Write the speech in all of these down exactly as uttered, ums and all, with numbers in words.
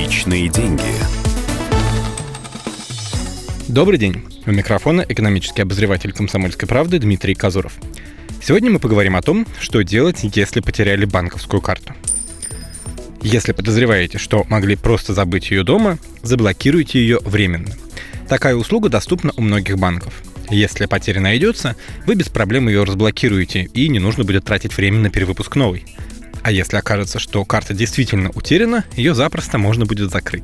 Личные деньги. Добрый день. У микрофона экономический обозреватель «Комсомольской правды» Дмитрий Казуров. Сегодня мы поговорим о том, что делать, если потеряли банковскую карту. Если подозреваете, что могли просто забыть ее дома, заблокируйте ее временно. Такая услуга доступна у многих банков. Если потеря найдется, вы без проблем ее разблокируете, и не нужно будет тратить время на перевыпуск новой. А если окажется, что карта действительно утеряна, ее запросто можно будет закрыть.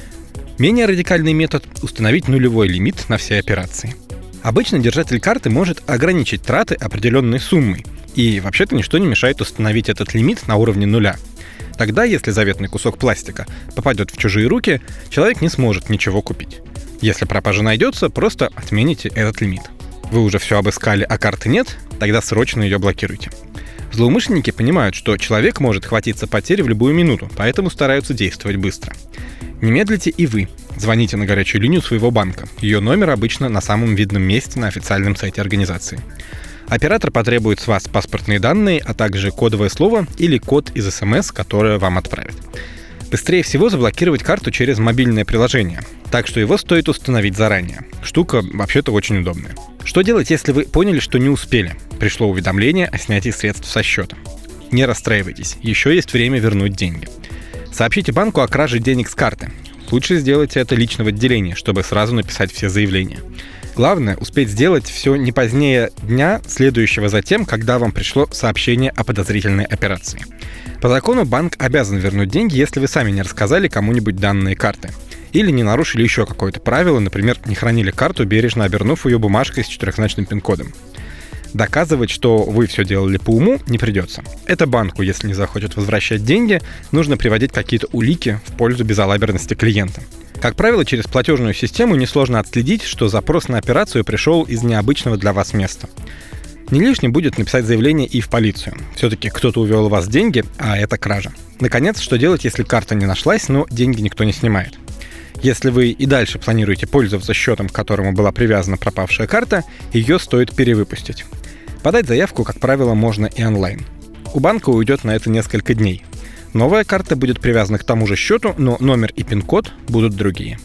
Менее радикальный метод – установить нулевой лимит на все операции. Обычно держатель карты может ограничить траты определенной суммой, и вообще-то ничто не мешает установить этот лимит на уровне нуля. Тогда, если заветный кусок пластика попадет в чужие руки, человек не сможет ничего купить. Если пропажа найдется, просто отмените этот лимит. Вы уже все обыскали, а карты нет, тогда срочно ее блокируйте. Злоумышленники понимают, что человек может хватиться потери в любую минуту, поэтому стараются действовать быстро. Не медлите и вы. Звоните на горячую линию своего банка. Ее номер обычно на самом видном месте на официальном сайте организации. Оператор потребует с вас паспортные данные, а также кодовое слово или код из эс эм эс, которое вам отправят. Быстрее всего заблокировать карту через мобильное приложение, так что его стоит установить заранее. Штука вообще-то очень удобная. Что делать, если вы поняли, что не успели? Пришло уведомление о снятии средств со счета. Не расстраивайтесь, еще есть время вернуть деньги. Сообщите банку о краже денег с карты. Лучше сделайте это лично в отделении, чтобы сразу написать все заявления. Главное — успеть сделать все не позднее дня, следующего за тем, когда вам пришло сообщение о подозрительной операции. По закону банк обязан вернуть деньги, если вы сами не рассказали кому-нибудь данные карты. Или не нарушили еще какое-то правило, например, не хранили карту, бережно обернув ее бумажкой с четырехзначным пин-кодом. Доказывать, что вы все делали по уму, не придется. Это банку, если не захочет возвращать деньги, нужно приводить какие-то улики в пользу безалаберности клиента. Как правило, через платежную систему несложно отследить, что запрос на операцию пришел из необычного для вас места. Не лишним будет написать заявление и в полицию. Все-таки кто-то увел у вас деньги, а это кража. Наконец, что делать, если карта не нашлась, но деньги никто не снимает? Если вы и дальше планируете пользоваться счетом, к которому была привязана пропавшая карта, ее стоит перевыпустить. Подать заявку, как правило, можно и онлайн. У банка уйдет на это несколько дней. Новая карта будет привязана к тому же счету, но номер и пин-код будут другие.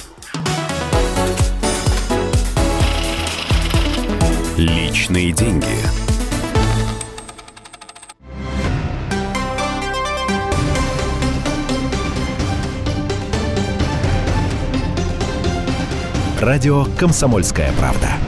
Личные деньги. Радио «Комсомольская правда».